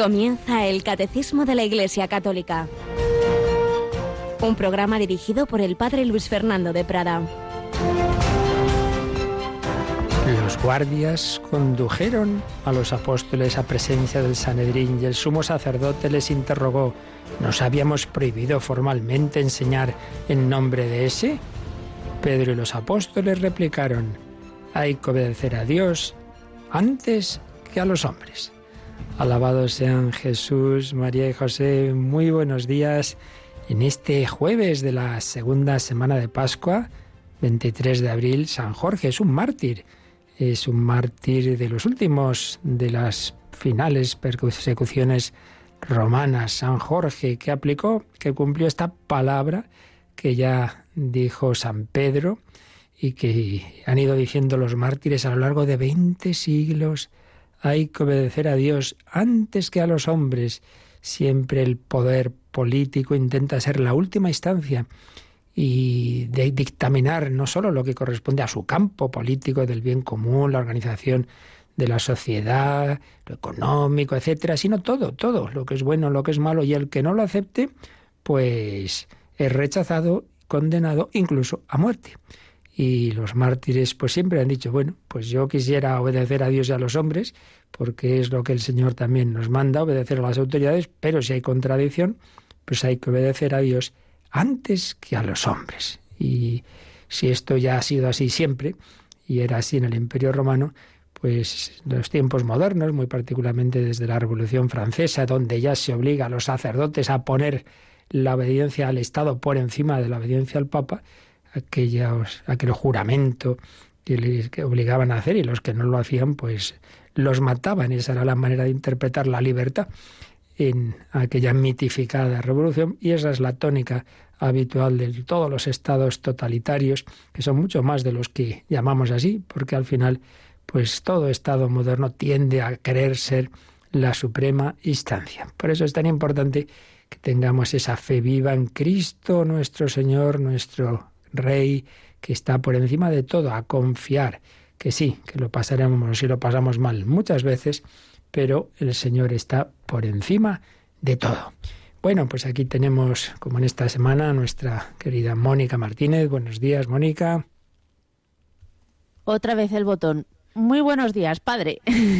Comienza el Catecismo de la Iglesia Católica, un programa dirigido por el Padre Luis Fernando de Prada. Los guardias condujeron a los apóstoles a presencia del Sanedrín y el sumo sacerdote les interrogó: ¿nos habíamos prohibido formalmente enseñar en nombre de ese? Pedro y los apóstoles replicaron: hay que obedecer a Dios antes que a los hombres. Alabados sean Jesús, María y José. Muy buenos días en este jueves de la segunda semana de Pascua, 23 de abril. San Jorge es un mártir de los últimos de las finales persecuciones romanas. San Jorge, que cumplió esta palabra que ya dijo San Pedro y que han ido diciendo los mártires a lo largo de 20 siglos. Hay que obedecer a Dios antes que a los hombres. Siempre el poder político intenta ser la última instancia y de dictaminar no solo lo que corresponde a su campo político del bien común, la organización de la sociedad, lo económico, etcétera, sino todo, lo que es bueno, lo que es malo, y el que no lo acepte, pues es rechazado, condenado, incluso a muerte. Y los mártires pues siempre han dicho, bueno, pues yo quisiera obedecer a Dios y a los hombres, porque es lo que el Señor también nos manda, obedecer a las autoridades, pero si hay contradicción, pues hay que obedecer a Dios antes que a los hombres. Y si esto ya ha sido así siempre, y era así en el Imperio Romano, pues los tiempos modernos, muy particularmente desde la Revolución Francesa, donde ya se obliga a los sacerdotes a poner la obediencia al Estado por encima de la obediencia al Papa, aquel juramento que obligaban a hacer, y los que no lo hacían pues los mataban. Esa era la manera de interpretar la libertad en aquella mitificada revolución, y esa es la tónica habitual de todos los estados totalitarios, que son mucho más de los que llamamos así, porque al final pues todo estado moderno tiende a querer ser la suprema instancia. Por eso es tan importante que tengamos esa fe viva en Cristo nuestro Señor, nuestro Rey, que está por encima de todo, a confiar que sí, que lo pasaremos y lo pasamos mal muchas veces, pero el Señor está por encima de todo. Bueno, pues aquí tenemos, como en esta semana, a nuestra querida Mónica Martínez. Buenos días, Mónica. Otra vez el botón. Muy buenos días, padre.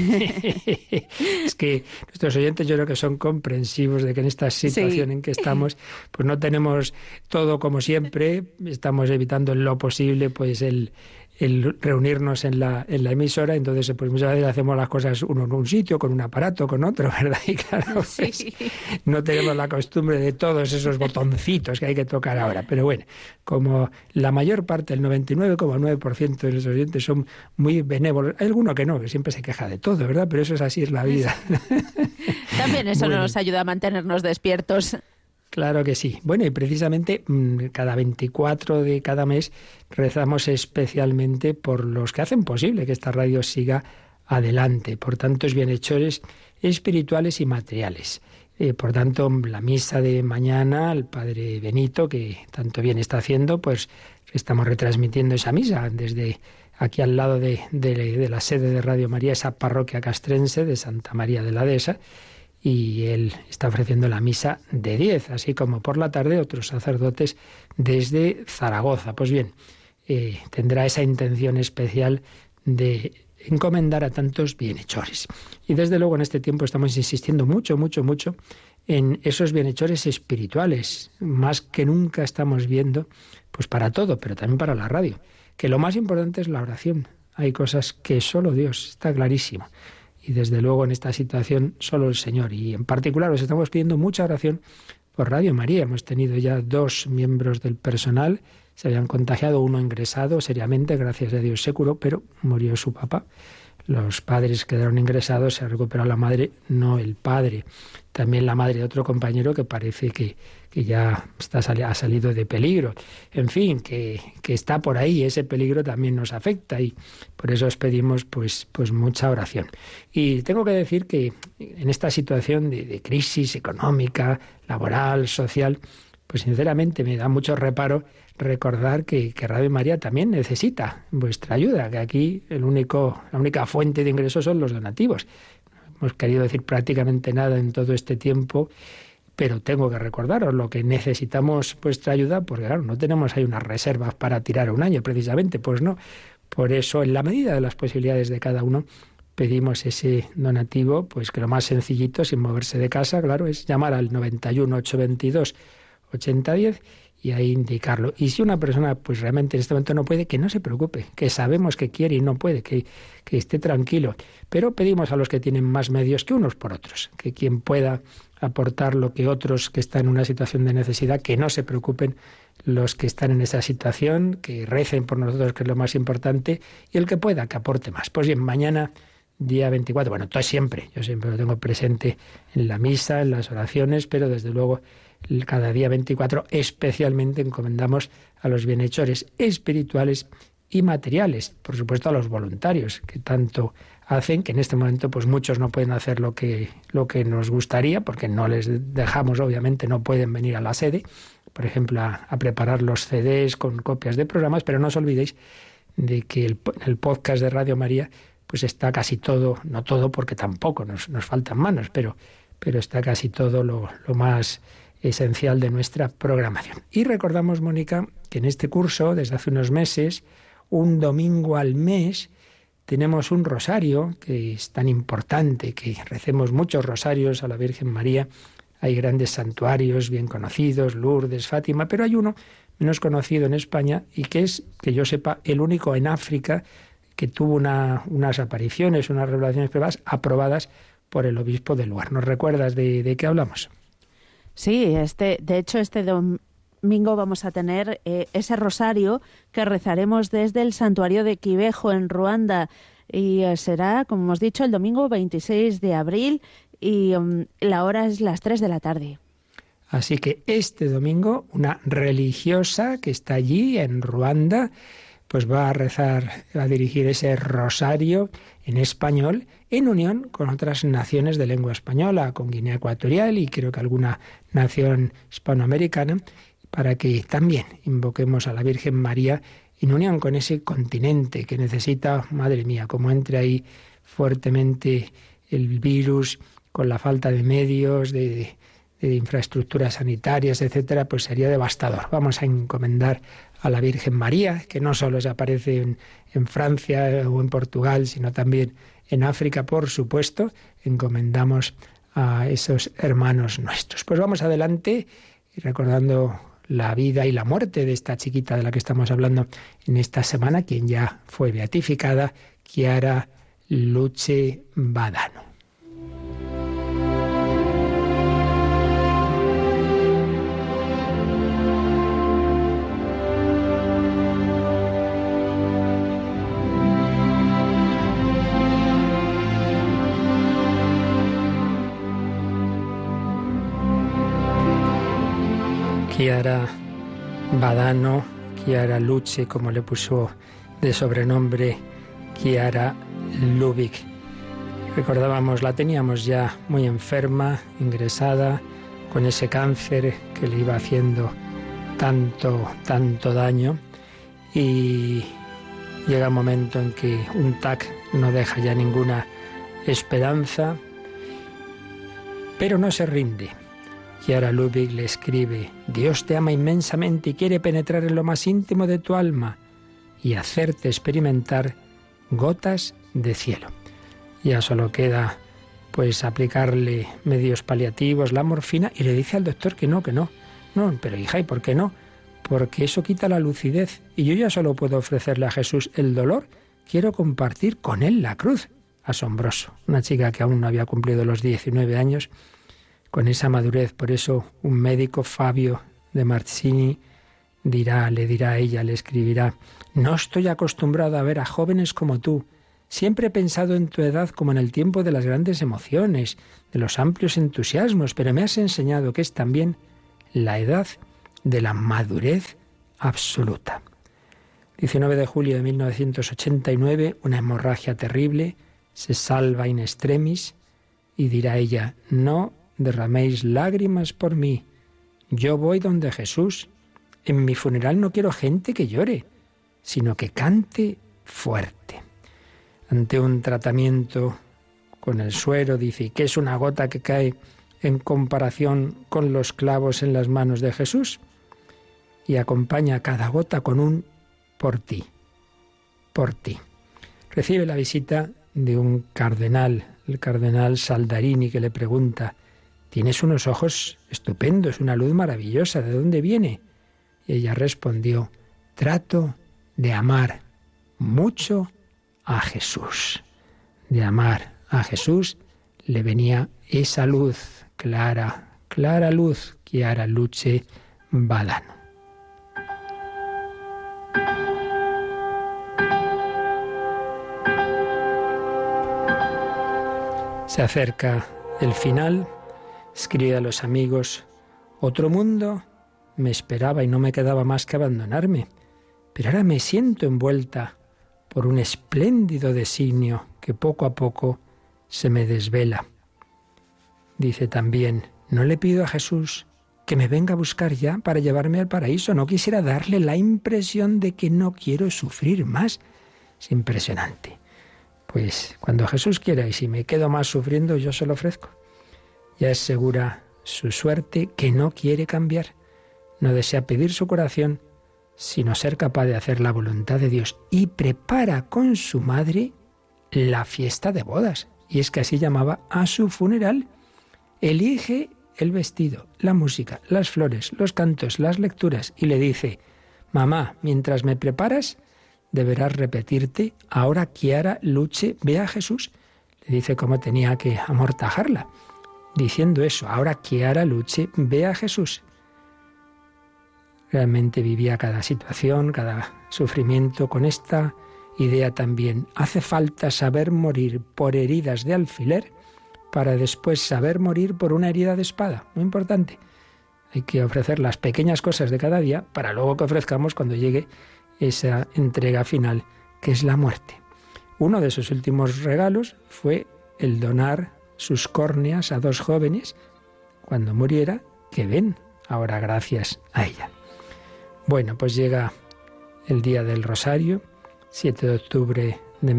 Es que nuestros oyentes yo creo que son comprensivos de que en esta situación en que estamos, pues no tenemos todo como siempre, estamos evitando en lo posible pues el reunirnos en la emisora, entonces pues muchas veces hacemos las cosas uno en un sitio, con un aparato, con otro, ¿verdad? Y claro, pues, no tenemos la costumbre de todos esos botoncitos que hay que tocar ahora. Pero bueno, como la mayor parte, el 99,9% de los oyentes son muy benévolos, hay alguno que no, que siempre se queja de todo, ¿verdad? Pero eso es así, es la vida. También eso nos ayuda a mantenernos despiertos. Claro que sí. Bueno, y precisamente cada 24 de cada mes rezamos especialmente por los que hacen posible que esta radio siga adelante, por tantos bienhechores espirituales y materiales. Por tanto, la misa de mañana, el Padre Benito, que tanto bien está haciendo, pues estamos retransmitiendo esa misa desde aquí al lado de la sede de Radio María, esa parroquia castrense de Santa María de la Dehesa, y él está ofreciendo la misa de 10, así como por la tarde otros sacerdotes desde Zaragoza. Pues bien, tendrá esa intención especial de encomendar a tantos bienhechores. Y desde luego en este tiempo estamos insistiendo mucho en esos bienhechores espirituales. Más que nunca estamos viendo, pues para todo, pero también para la radio, que lo más importante es la oración. Hay cosas que solo Dios, está clarísimo. Y desde luego en esta situación solo el Señor. Y en particular os estamos pidiendo mucha oración por Radio María. Hemos tenido ya 2 miembros del personal, se habían contagiado, uno ingresado seriamente, gracias a Dios se curó, pero murió su papá. Los padres quedaron ingresados, se recuperó la madre, no el padre. También la madre de otro compañero que parece que ya ha salido de peligro. En fin, que está por ahí, ese peligro también nos afecta y por eso os pedimos pues mucha oración. Y tengo que decir que en esta situación de crisis económica, laboral, social, pues sinceramente me da mucho reparo recordar que Radio María también necesita vuestra ayuda, que aquí la única fuente de ingresos son los donativos. hemos querido decir prácticamente nada en todo este tiempo, pero tengo que recordaros lo que necesitamos vuestra ayuda, porque claro, no tenemos ahí unas reservas para tirar un año precisamente, pues no. Por eso, en la medida de las posibilidades de cada uno, pedimos ese donativo, pues que lo más sencillito, sin moverse de casa, claro, es llamar al 91 822 8010 y ahí indicarlo. Y si una persona pues realmente en este momento no puede, que no se preocupe, que sabemos que quiere y no puede, que esté tranquilo. Pero pedimos a los que tienen más medios que unos por otros, que quien pueda aportar lo que otros que están en una situación de necesidad, que no se preocupen los que están en esa situación, que recen por nosotros, que es lo más importante, y el que pueda, que aporte más. Pues bien, mañana, día 24, bueno, todo siempre, yo siempre lo tengo presente en la misa, en las oraciones, pero desde luego cada día 24 especialmente encomendamos a los bienhechores espirituales y materiales, por supuesto a los voluntarios, que tanto hacen, que en este momento pues muchos no pueden hacer lo que nos gustaría, porque no les dejamos, obviamente, no pueden venir a la sede, por ejemplo, a preparar los CDs con copias de programas, pero no os olvidéis de que el podcast de Radio María pues está casi todo, no todo porque tampoco nos faltan manos, pero está casi todo lo más esencial de nuestra programación. Y recordamos, Mónica, que en este curso, desde hace unos meses, un domingo al mes, tenemos un rosario que es tan importante, que recemos muchos rosarios a la Virgen María. Hay grandes santuarios bien conocidos, Lourdes, Fátima, pero hay uno menos conocido en España y que es, que yo sepa, el único en África que tuvo unas apariciones, unas revelaciones privadas aprobadas por el obispo del lugar. ¿Nos recuerdas de qué hablamos? Sí, de hecho este domingo vamos a tener ese rosario que rezaremos desde el santuario de Kibeho en Ruanda y será, como hemos dicho, el domingo 26 de abril y la hora es las 3 de la tarde. Así que este domingo una religiosa que está allí en Ruanda pues va a rezar, va a dirigir ese rosario en español en unión con otras naciones de lengua española, con Guinea Ecuatorial y creo que alguna nación hispanoamericana, para que también invoquemos a la Virgen María en unión con ese continente que necesita, madre mía, como entre ahí fuertemente el virus, con la falta de medios, de infraestructuras sanitarias, etcétera, pues sería devastador. Vamos a encomendar a la Virgen María, que no solo se aparece en Francia o en Portugal, sino también en África, por supuesto. Encomendamos a esos hermanos nuestros. Pues vamos adelante, recordando la vida y la muerte de esta chiquita de la que estamos hablando en esta semana, quien ya fue beatificada, Chiara Luce Badano. Chiara Badano, Chiara Luce, como le puso de sobrenombre Chiara Lubich. Recordábamos, la teníamos ya muy enferma, ingresada, con ese cáncer que le iba haciendo tanto daño, y llega un momento en que un TAC no deja ya ninguna esperanza, pero no se rinde. Chiara Lubich le escribe: Dios te ama inmensamente y quiere penetrar en lo más íntimo de tu alma y hacerte experimentar gotas de cielo. Ya solo queda pues aplicarle medios paliativos, la morfina, y le dice al doctor que no. No, pero hija, ¿y por qué no? Porque eso quita la lucidez y yo ya solo puedo ofrecerle a Jesús el dolor, quiero compartir con él la cruz. Asombroso. Una chica que aún no había cumplido los 19 años, con esa madurez. Por eso un médico, Fabio de Martini, le dirá a ella, le escribirá: no estoy acostumbrado a ver a jóvenes como tú. Siempre he pensado en tu edad como en el tiempo de las grandes emociones, de los amplios entusiasmos, pero me has enseñado que es también la edad de la madurez absoluta. 19 de julio de 1989, una hemorragia terrible, se salva in extremis y dirá ella: no derraméis lágrimas por mí, yo voy donde Jesús. En mi funeral no quiero gente que llore, sino que cante fuerte. Ante un tratamiento con el suero, dice, ¿y qué es una gota que cae en comparación con los clavos en las manos de Jesús? Y acompaña cada gota con un por ti, por ti. Recibe la visita de un cardenal, el cardenal Saldarini, que le pregunta, tienes unos ojos estupendos, una luz maravillosa, ¿de dónde viene? Y ella respondió, trato de amar mucho a Jesús. De amar a Jesús le venía esa luz, clara, clara luz, Chiara luce Badano. Se acerca el final, escribe a los amigos, otro mundo me esperaba y no me quedaba más que abandonarme, pero ahora me siento envuelta por un espléndido designio que poco a poco se me desvela. Dice también, no le pido a Jesús que me venga a buscar ya para llevarme al paraíso, no quisiera darle la impresión de que no quiero sufrir más. Es impresionante. Pues cuando Jesús quiera y si me quedo más sufriendo, yo se lo ofrezco. Ya es segura su suerte que no quiere cambiar. No desea pedir su curación, sino ser capaz de hacer la voluntad de Dios. Y prepara con su madre la fiesta de bodas. Y es que así llamaba a su funeral. Elige el vestido, la música, las flores, los cantos, las lecturas. Y le dice, mamá, mientras me preparas, deberás repetirte, ahora Chiara luce, ve a Jesús. Le dice cómo tenía que amortajarla, diciendo eso, ahora Chiara luce, ve a Jesús. Realmente vivía cada situación, cada sufrimiento con esta idea también. Hace falta saber morir por heridas de alfiler para después saber morir por una herida de espada. Muy importante. Hay que ofrecer las pequeñas cosas de cada día para luego que ofrezcamos cuando llegue esa entrega final, que es la muerte. Uno de sus últimos regalos fue el donar sus córneas a 2 jóvenes cuando muriera, que ven ahora gracias a ella. Bueno, pues llega el día del Rosario, 7 de octubre de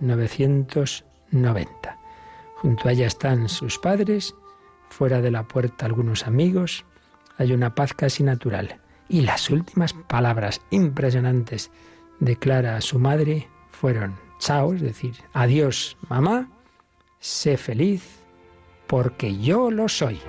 1990. Junto a ella están sus padres, fuera de la puerta algunos amigos, hay una paz casi natural. Y las últimas palabras impresionantes de Clara a su madre fueron chao, es decir, adiós mamá, sé feliz porque yo lo soy.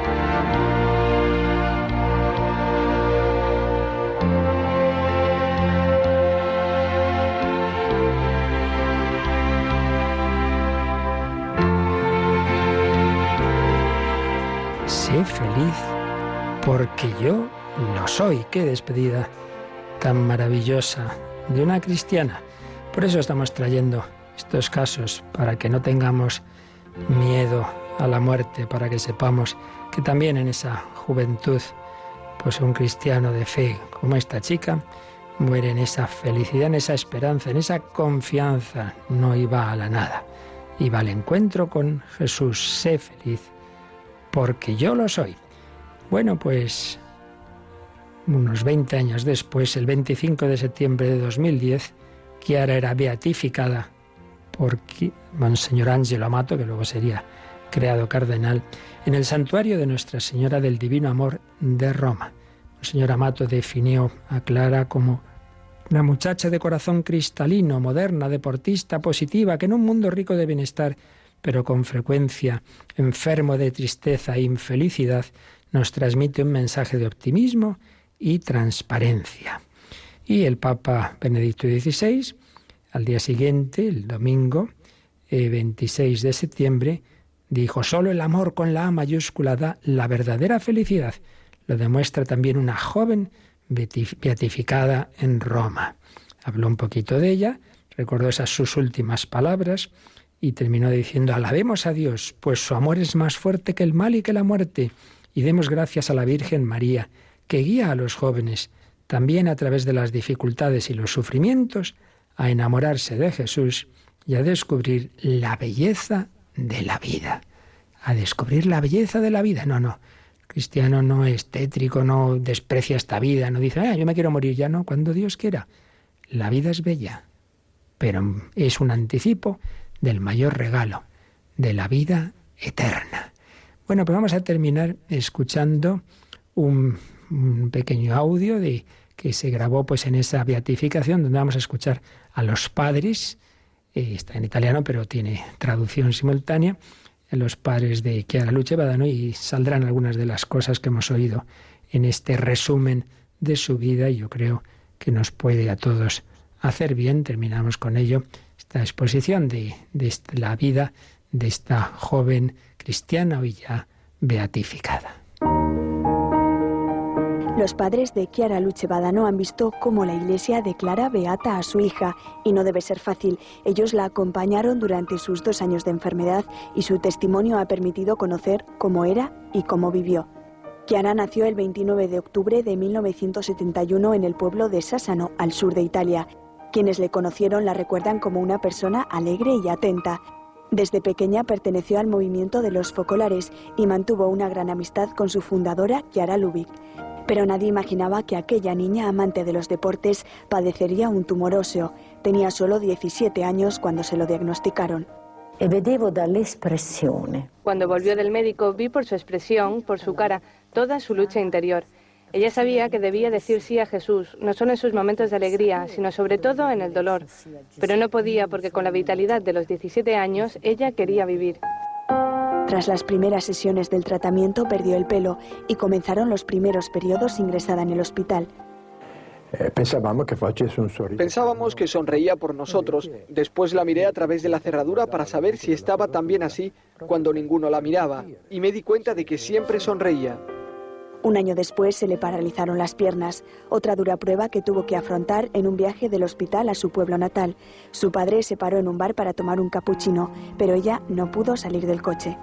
Sé feliz porque yo lo soy. Qué despedida tan maravillosa de una cristiana. Por eso estamos trayendo estos casos, para que no tengamos miedo a la muerte, para que sepamos que también en esa juventud, pues un cristiano de fe como esta chica muere en esa felicidad, en esa esperanza, en esa confianza. No iba a la nada, iba al encuentro con Jesús. Sé feliz porque yo lo soy. Bueno, pues unos 20 años después, el 25 de septiembre de 2010, Chiara era beatificada por Monseñor Angelo Amato, que luego sería creado cardenal, en el santuario de Nuestra Señora del Divino Amor de Roma. Monseñor Amato definió a Clara como una muchacha de corazón cristalino, moderna, deportista, positiva, que en un mundo rico de bienestar, pero con frecuencia enfermo de tristeza e infelicidad, nos transmite un mensaje de optimismo y transparencia. Y el Papa Benedicto XVI, al día siguiente, el domingo 26 de septiembre, dijo, solo el amor con la A mayúscula da la verdadera felicidad. Lo demuestra también una joven beatificada en Roma. Habló un poquito de ella, recordó esas sus últimas palabras y terminó diciendo, alabemos a Dios, pues su amor es más fuerte que el mal y que la muerte, y demos gracias a la Virgen María, que guía a los jóvenes, también a través de las dificultades y los sufrimientos, a enamorarse de Jesús y a descubrir la belleza de la vida. A descubrir la belleza de la vida. No, el cristiano no es tétrico, no desprecia esta vida, no dice, yo me quiero morir ya, no, cuando Dios quiera. La vida es bella, pero es un anticipo del mayor regalo de la vida eterna. Bueno, pues vamos a terminar escuchando un pequeño audio que se grabó pues en esa beatificación, donde vamos a escuchar a los padres, está en italiano pero tiene traducción simultánea, los padres de Chiara Luce Badano, y saldrán algunas de las cosas que hemos oído en este resumen de su vida, y yo creo que nos puede a todos hacer bien. Terminamos con ello esta exposición de la vida de esta joven cristiana hoy ya beatificada. Los padres de Chiara Luce Badano han visto cómo la Iglesia declara beata a su hija, y no debe ser fácil. Ellos la acompañaron durante sus 2 años de enfermedad y su testimonio ha permitido conocer cómo era y cómo vivió. Chiara nació el 29 de octubre de 1971 en el pueblo de Sassano, al sur de Italia. Quienes le conocieron la recuerdan como una persona alegre y atenta. Desde pequeña perteneció al movimiento de los focolares y mantuvo una gran amistad con su fundadora, Chiara Lubich. Pero nadie imaginaba que aquella niña amante de los deportes padecería un tumor óseo. Tenía solo 17 años cuando se lo diagnosticaron. Cuando volvió del médico vi por su expresión, por su cara, toda su lucha interior. Ella sabía que debía decir sí a Jesús, no solo en sus momentos de alegría, sino sobre todo en el dolor. Pero no podía porque con la vitalidad de los 17 años ella quería vivir. Tras las primeras sesiones del tratamiento perdió el pelo y comenzaron los primeros periodos ingresada en el hospital. Pensábamos que sonreía por nosotros. Después la miré a través de la cerradura para saber si estaba también así cuando ninguno la miraba. Y me di cuenta de que siempre sonreía. Un año después se le paralizaron las piernas, otra dura prueba que tuvo que afrontar en un viaje del hospital a su pueblo natal. Su padre se paró en un bar para tomar un cappuccino, pero ella no pudo salir del coche.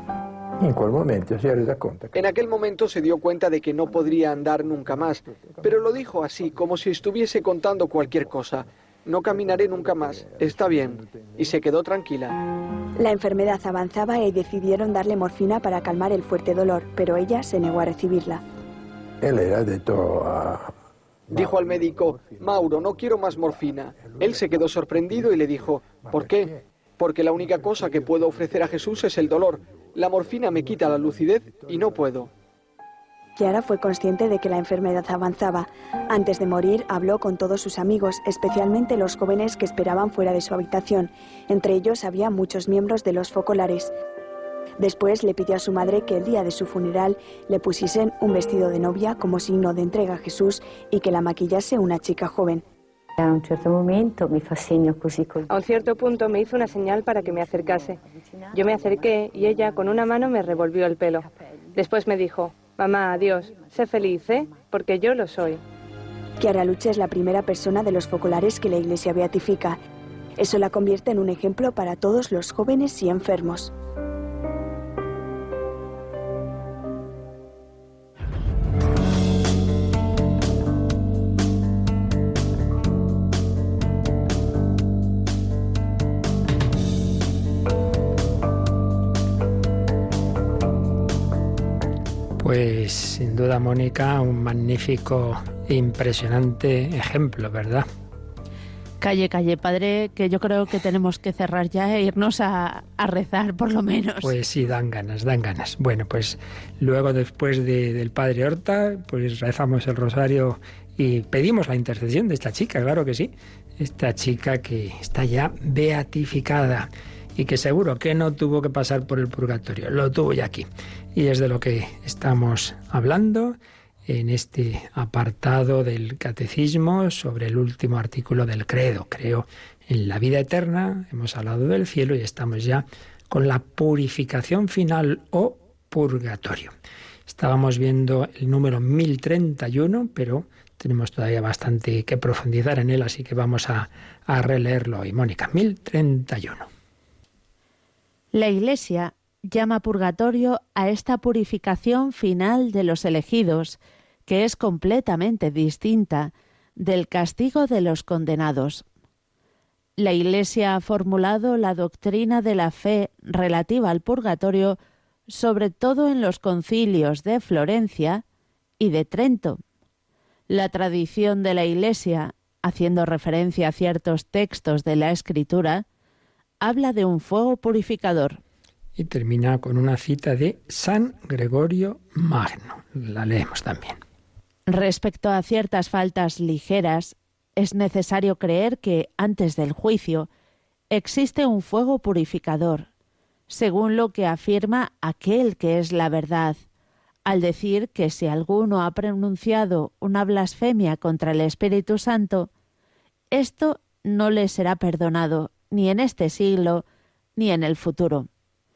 En aquel momento se dio cuenta de que no podría andar nunca más, pero lo dijo así, como si estuviese contando cualquier cosa. No caminaré nunca más, está bien, y se quedó tranquila. La enfermedad avanzaba y decidieron darle morfina para calmar el fuerte dolor, pero ella se negó a recibirla. Dijo al médico: Mauro, no quiero más morfina. Él se quedó sorprendido y le dijo: ¿por qué? Porque la única cosa que puedo ofrecer a Jesús es el dolor. La morfina me quita la lucidez y no puedo. Chiara fue consciente de que la enfermedad avanzaba. Antes de morir habló con todos sus amigos, especialmente los jóvenes que esperaban fuera de su habitación. Entre ellos había muchos miembros de los focolares. Después le pidió a su madre que el día de su funeral le pusiesen un vestido de novia como signo de entrega a Jesús y que la maquillase una chica joven. A un cierto punto me hizo una señal para que me acercase. Yo me acerqué y ella con una mano me revolvió el pelo. Después me dijo: mamá, adiós, sé feliz, porque yo lo soy. Chiara Luce es la primera persona de los focolares que la Iglesia beatifica. Eso la convierte en un ejemplo para todos los jóvenes y enfermos. Pues sin duda, Mónica, un magnífico e impresionante ejemplo, ¿verdad? Calle, padre, que yo creo que tenemos que cerrar ya e irnos a rezar, por lo menos. Pues sí, dan ganas. Bueno, pues luego, después del padre Horta, pues rezamos el rosario y pedimos la intercesión de esta chica, claro que sí. Esta chica que está ya beatificada y que seguro que no tuvo que pasar por el purgatorio, lo tuvo ya aquí. Y es de lo que estamos hablando en este apartado del Catecismo sobre el último artículo del credo. Creo en la vida eterna, hemos hablado del cielo y estamos ya con la purificación final o purgatorio. Estábamos viendo el número 1031, pero tenemos todavía bastante que profundizar en él, así que vamos a releerlo hoy. Mónica, 1031. La Iglesia llama purgatorio a esta purificación final de los elegidos, que es completamente distinta del castigo de los condenados. La Iglesia ha formulado la doctrina de la fe relativa al purgatorio, sobre todo en los concilios de Florencia y de Trento. La tradición de la Iglesia, haciendo referencia a ciertos textos de la Escritura, habla de un fuego purificador. y termina con una cita de San Gregorio Magno. La leemos también. Respecto a ciertas faltas ligeras, es necesario creer que, antes del juicio, existe un fuego purificador, según lo que afirma aquel que es la verdad, al decir que si alguno ha pronunciado una blasfemia contra el Espíritu Santo, esto no le será perdonado ni en este siglo ni en el futuro.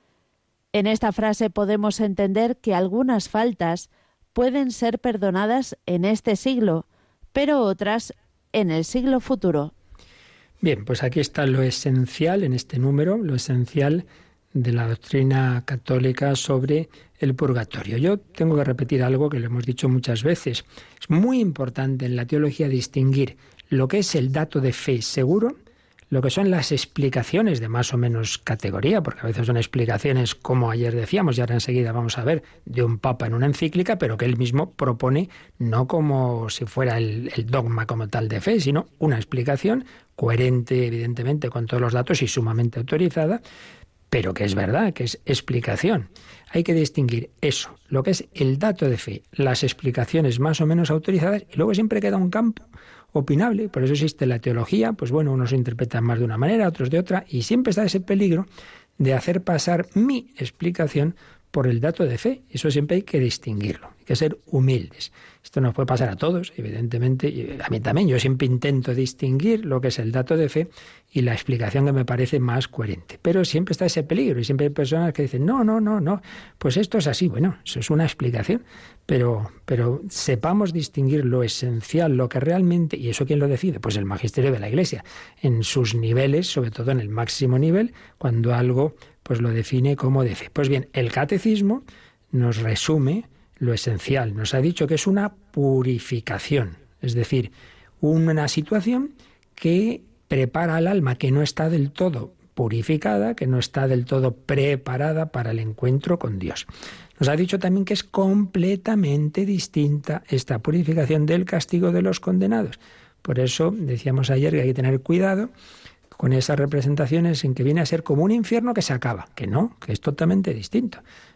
En esta frase podemos entender que algunas faltas pueden ser perdonadas en este siglo, pero otras en el siglo futuro. Bien, pues aquí está lo esencial en este número, lo esencial de la doctrina católica sobre el purgatorio. Yo tengo que repetir algo que lo hemos dicho muchas veces. Es muy importante en la teología distinguir lo que es el dato de fe seguro, lo que son las explicaciones de más o menos categoría, porque a veces son explicaciones, como ayer decíamos, y ahora enseguida vamos a ver, de un papa en una encíclica, pero que él mismo propone no como si fuera el dogma como tal de fe, sino una explicación coherente, evidentemente, con todos los datos y sumamente autorizada, pero que es verdad, que es explicación. Hay que distinguir eso, lo que es el dato de fe, las explicaciones más o menos autorizadas, y luego siempre queda un campo opinable. Por eso existe la teología, pues bueno, unos interpretan más de una manera, otros de otra, y siempre está ese peligro de hacer pasar mi explicación por el dato de fe. Eso siempre hay que distinguirlo, hay que ser humildes. Esto nos puede pasar a todos, evidentemente, y a mí también. Yo siempre intento distinguir lo que es el dato de fe y la explicación que me parece más coherente. Pero siempre está ese peligro y siempre hay personas que dicen, no, pues esto es así. Bueno, eso es una explicación, pero sepamos distinguir lo esencial, lo que realmente, y eso ¿quién lo decide? Pues el magisterio de la Iglesia, en sus niveles, sobre todo en el máximo nivel, cuando algo pues lo define como de fe. Pues bien, el catecismo nos resume lo esencial. Nos ha dicho que es una purificación, es decir, una situación que prepara al alma, que no está del todo purificada, que no está del todo preparada para el encuentro con Dios. Nos ha dicho también que es completamente distinta esta purificación del castigo de los condenados. Por eso decíamos ayer que hay que tener cuidado con esas representaciones en que viene a ser como un infierno que se acaba, que no, que es totalmente distinto.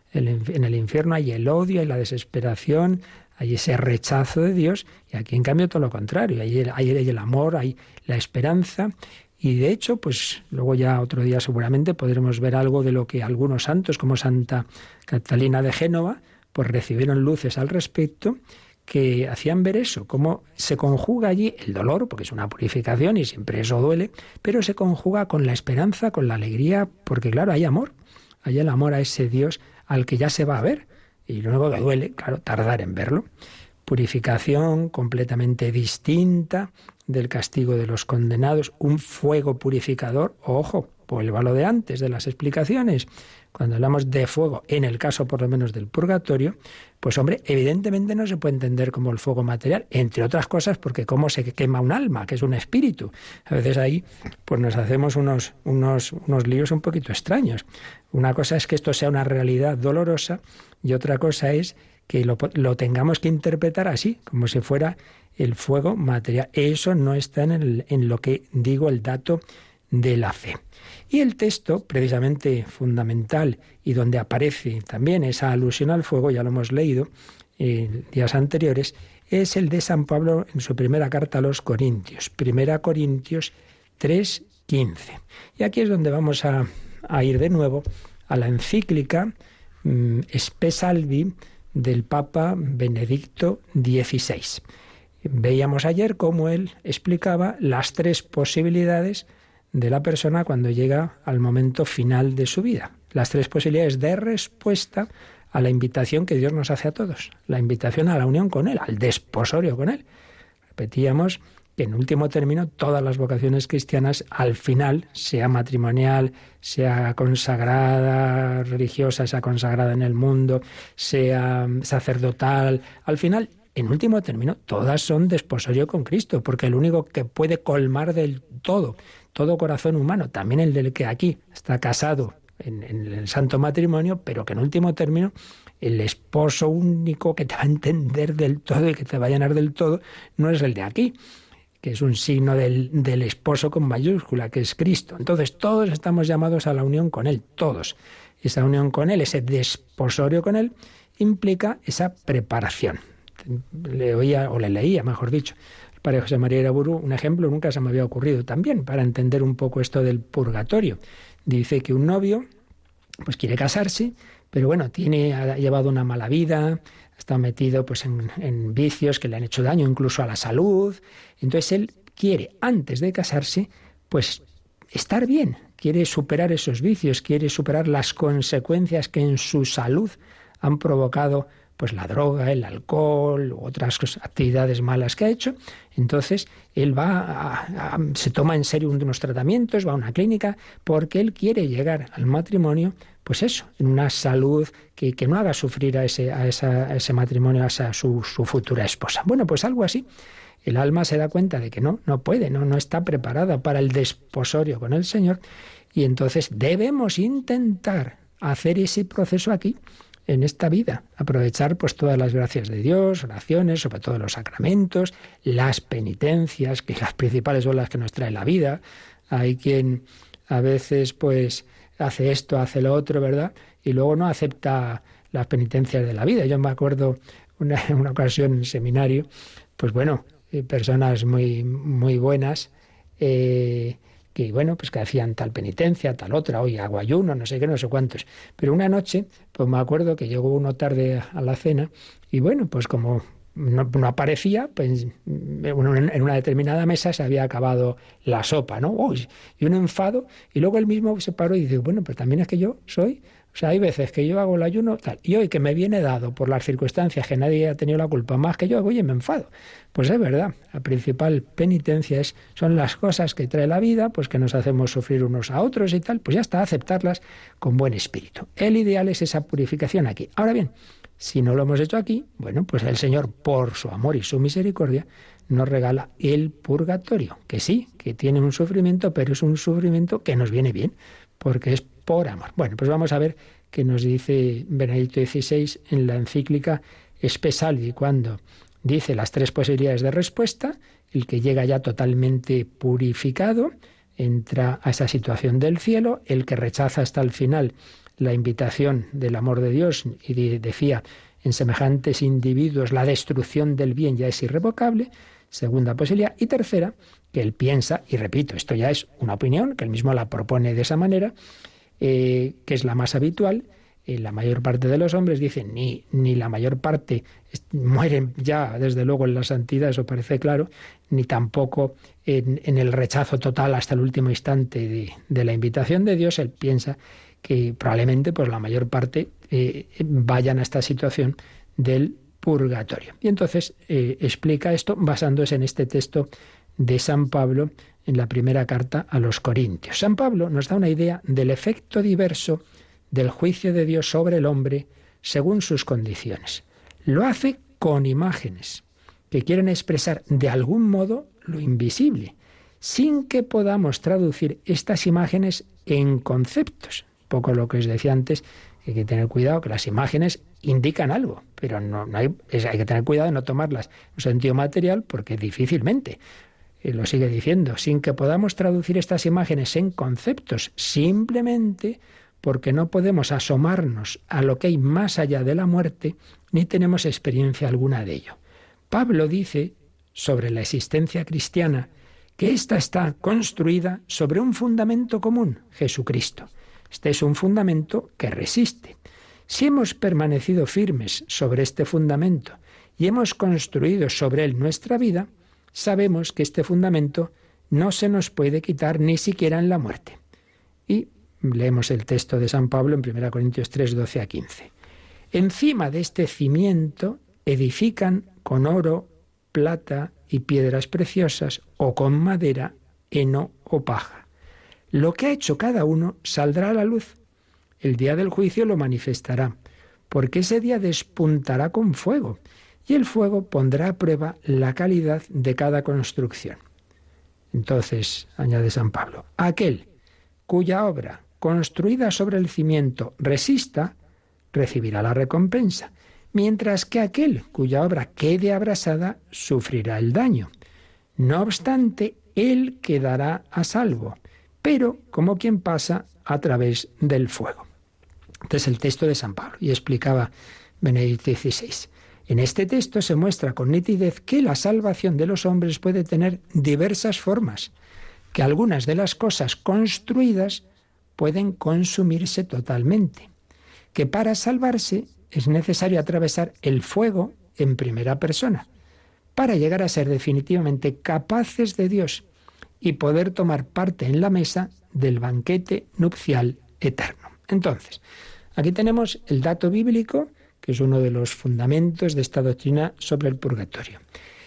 En el infierno hay el odio, hay la desesperación, hay ese rechazo de Dios, y aquí en cambio todo lo contrario, hay el amor, hay la esperanza, y de hecho, pues luego ya otro día seguramente podremos ver algo de lo que algunos santos, como Santa Catalina de Génova, pues recibieron luces al respecto, que hacían ver eso, cómo se conjuga allí el dolor, porque es una purificación y siempre eso duele, pero se conjuga con la esperanza, con la alegría, porque claro, hay amor, hay el amor a ese Dios al que ya se va a ver, y luego que duele, claro, tardar en verlo. Purificación completamente distinta del castigo de los condenados, un fuego purificador, ojo, vuelvo a lo de antes, de las explicaciones. Cuando hablamos de fuego, en el caso por lo menos del purgatorio, pues hombre, evidentemente no se puede entender como el fuego material, entre otras cosas porque cómo se quema un alma, que es un espíritu. A veces ahí pues nos hacemos unos líos un poquito extraños. Una cosa es que esto sea una realidad dolorosa y otra cosa es que lo tengamos que interpretar así, como si fuera el fuego material. Eso no está en lo que digo el dato de la fe. Y el texto, precisamente fundamental, y donde aparece también esa alusión al fuego, ya lo hemos leído en días anteriores, es el de San Pablo en su primera carta a los Corintios, 1 Corintios 3:15. Y aquí es donde vamos a ir de nuevo a la encíclica Spe Salvi del Papa Benedicto XVI. Veíamos ayer cómo él explicaba las tres posibilidades de la persona cuando llega al momento final de su vida. Las tres posibilidades de respuesta a la invitación que Dios nos hace a todos. La invitación a la unión con Él, al desposorio con Él. Repetíamos que en último término todas las vocaciones cristianas al final, sea matrimonial, sea consagrada religiosa, sea consagrada en el mundo, sea sacerdotal, al final, en último término, todas son desposorio con Cristo, porque el único que puede colmar del todo corazón humano, también el del que aquí está casado en el santo matrimonio, pero que en último término el esposo único que te va a entender del todo y que te va a llenar del todo no es el de aquí, que es un signo del esposo con mayúscula, que es Cristo. Entonces todos estamos llamados a la unión con Él, todos. esa unión con Él, ese desposorio con Él, implica esa preparación. Le leía, mejor dicho, el padre José María Iraburu, un ejemplo, nunca se me había ocurrido también, para entender un poco esto del purgatorio. Dice que un novio pues quiere casarse, pero bueno, ha llevado una mala vida, ha estado metido pues en vicios que le han hecho daño incluso a la salud. Entonces él quiere, antes de casarse, pues estar bien, quiere superar esos vicios, quiere superar las consecuencias que en su salud han provocado pues la droga, el alcohol, u otras actividades malas que ha hecho. Entonces él se toma en serio unos tratamientos, va a una clínica, porque él quiere llegar al matrimonio, pues eso, en una salud que no haga sufrir a ese matrimonio, a su futura esposa. Bueno, pues algo así. El alma se da cuenta de que no puede, no está preparada para el desposorio con el Señor, y entonces debemos intentar hacer ese proceso aquí, en esta vida, aprovechar pues todas las gracias de Dios, oraciones, sobre todo los sacramentos, las penitencias, que las principales son las que nos trae la vida. Hay quien a veces pues hace esto, hace lo otro, ¿verdad? Y luego no acepta las penitencias de la vida. Yo me acuerdo una ocasión en seminario, pues bueno, personas muy, muy buenas, que bueno, pues que hacían tal penitencia, tal otra, hoy hago ayuno, no sé qué, no sé cuántos. Pero una noche, pues me acuerdo que llegó uno tarde a la cena y bueno, pues como no aparecía, pues en una determinada mesa se había acabado la sopa, ¿no? Uy, y un enfado, y luego él mismo se paró y dice, bueno, pues también es que yo soy... O sea, hay veces que yo hago el ayuno, tal, y hoy que me viene dado por las circunstancias que nadie ha tenido la culpa más que yo, oye, me enfado. Pues es verdad, la principal penitencia son las cosas que trae la vida, pues que nos hacemos sufrir unos a otros y tal, pues ya está, aceptarlas con buen espíritu. El ideal es esa purificación aquí. Ahora bien, si no lo hemos hecho aquí, bueno, pues el Señor, por su amor y su misericordia, nos regala el purgatorio, que sí, que tiene un sufrimiento, pero es un sufrimiento que nos viene bien, porque es por amor. Bueno, pues vamos a ver qué nos dice Benedicto XVI en la encíclica Spe Salvi, cuando dice las tres posibilidades de respuesta. El que llega ya totalmente purificado entra a esa situación del cielo, el que rechaza hasta el final la invitación del amor de Dios y decía, en semejantes individuos la destrucción del bien ya es irrevocable, segunda posibilidad, y tercera, que él piensa, y repito, esto ya es una opinión, que él mismo la propone de esa manera, que es la más habitual. La mayor parte de los hombres dicen, ni la mayor parte mueren ya, desde luego, en la santidad, eso parece claro, ni tampoco en el rechazo total hasta el último instante de la invitación de Dios. Él piensa que probablemente pues la mayor parte vayan a esta situación del purgatorio. Y entonces explica esto basándose en este texto de San Pablo en la primera carta a los Corintios. San Pablo nos da una idea del efecto diverso del juicio de Dios sobre el hombre según sus condiciones. Lo hace con imágenes que quieren expresar de algún modo lo invisible, sin que podamos traducir estas imágenes en conceptos. Un poco lo que os decía antes, que hay que tener cuidado, que las imágenes indican algo, pero hay que tener cuidado de no tomarlas en un sentido material, porque difícilmente, lo sigue diciendo, sin que podamos traducir estas imágenes en conceptos, simplemente porque no podemos asomarnos a lo que hay más allá de la muerte, ni tenemos experiencia alguna de ello. Pablo dice sobre la existencia cristiana que ésta está construida sobre un fundamento común, Jesucristo. Este es un fundamento que resiste. Si hemos permanecido firmes sobre este fundamento y hemos construido sobre él nuestra vida, sabemos que este fundamento no se nos puede quitar ni siquiera en la muerte. Y leemos el texto de San Pablo en 1 Corintios 3, 12 a 15. Encima de este cimiento edifican con oro, plata y piedras preciosas, o con madera, heno o paja. Lo que ha hecho cada uno saldrá a la luz. El día del juicio lo manifestará, porque ese día despuntará con fuego, y el fuego pondrá a prueba la calidad de cada construcción. Entonces, añade San Pablo, aquel cuya obra, construida sobre el cimiento, resista, recibirá la recompensa, mientras que aquel cuya obra quede abrasada sufrirá el daño. No obstante, él quedará a salvo, pero como quien pasa a través del fuego. Este es el texto de San Pablo, y explicaba Benedicto XVI. En este texto se muestra con nitidez que la salvación de los hombres puede tener diversas formas, que algunas de las cosas construidas pueden consumirse totalmente, que para salvarse es necesario atravesar el fuego en primera persona, para llegar a ser definitivamente capaces de Dios y poder tomar parte en la mesa del banquete nupcial eterno. Entonces, aquí tenemos el dato bíblico, que es uno de los fundamentos de esta doctrina sobre el purgatorio.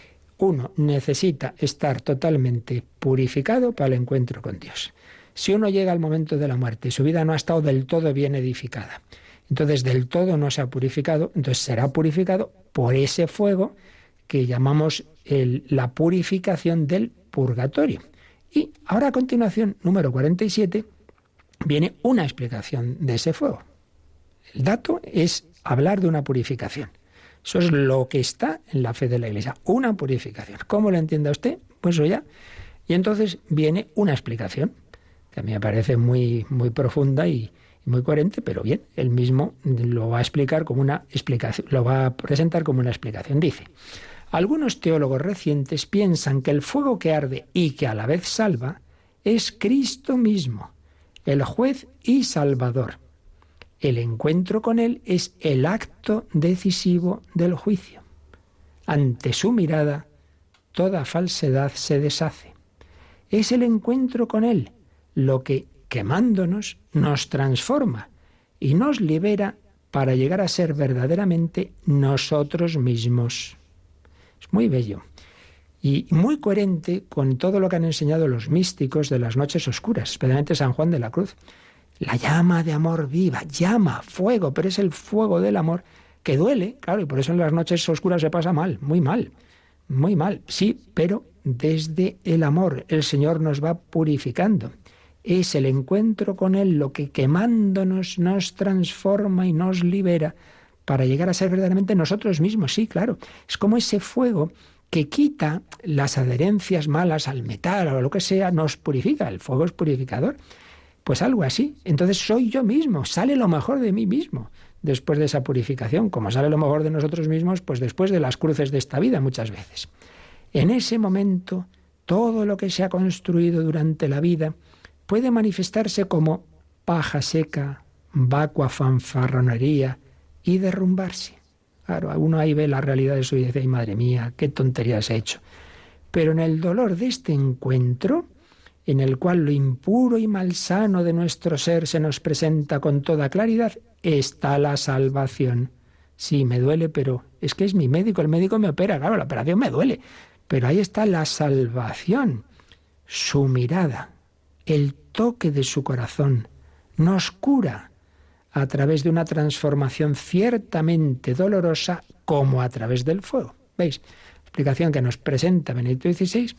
Uno necesita estar totalmente purificado para el encuentro con Dios. Si uno llega al momento de la muerte y su vida no ha estado del todo bien edificada, entonces del todo no se ha purificado, entonces será purificado por ese fuego que llamamos la purificación del purgatorio. Y ahora a continuación, número 47, viene una explicación de ese fuego. El dato es hablar de una purificación. Eso es lo que está en la fe de la Iglesia, una purificación. ¿Cómo lo entienda usted? Pues eso ya. Y entonces viene una explicación, que a mí me parece muy, muy profunda y muy coherente, pero bien, él mismo lo va a explicar como una explicación, lo va a presentar como una explicación. Dice: algunos teólogos recientes piensan que el fuego que arde y que a la vez salva es Cristo mismo, el juez y salvador. El encuentro con Él es el acto decisivo del juicio. Ante su mirada, toda falsedad se deshace. Es el encuentro con Él lo que, quemándonos, nos transforma y nos libera para llegar a ser verdaderamente nosotros mismos. Es muy bello y muy coherente con todo lo que han enseñado los místicos de las noches oscuras, especialmente San Juan de la Cruz. La llama de amor viva, llama, fuego, pero es el fuego del amor que duele, claro, y por eso en las noches oscuras se pasa mal, muy mal, sí, pero desde el amor el Señor nos va purificando. Es el encuentro con Él lo que, quemándonos, nos transforma y nos libera para llegar a ser verdaderamente nosotros mismos. Sí, claro, es como ese fuego que quita las adherencias malas al metal o a lo que sea, nos purifica, el fuego es purificador. Pues algo así. Entonces soy yo mismo, sale lo mejor de mí mismo después de esa purificación, como sale lo mejor de nosotros mismos, pues después de las cruces de esta vida muchas veces. En ese momento, todo lo que se ha construido durante la vida puede manifestarse como paja seca, vacua fanfarronería y derrumbarse. Claro, uno ahí ve la realidad de su vida y dice: ay, madre mía, qué tonterías he hecho. Pero en el dolor de este encuentro, en el cual lo impuro y malsano de nuestro ser se nos presenta con toda claridad, está la salvación. Sí, me duele, pero es que es mi médico, el médico me opera, claro, la operación me duele, pero ahí está la salvación. Su mirada, el toque de su corazón, nos cura a través de una transformación ciertamente dolorosa, como a través del fuego. ¿Veis? La explicación que nos presenta Benedicto XVI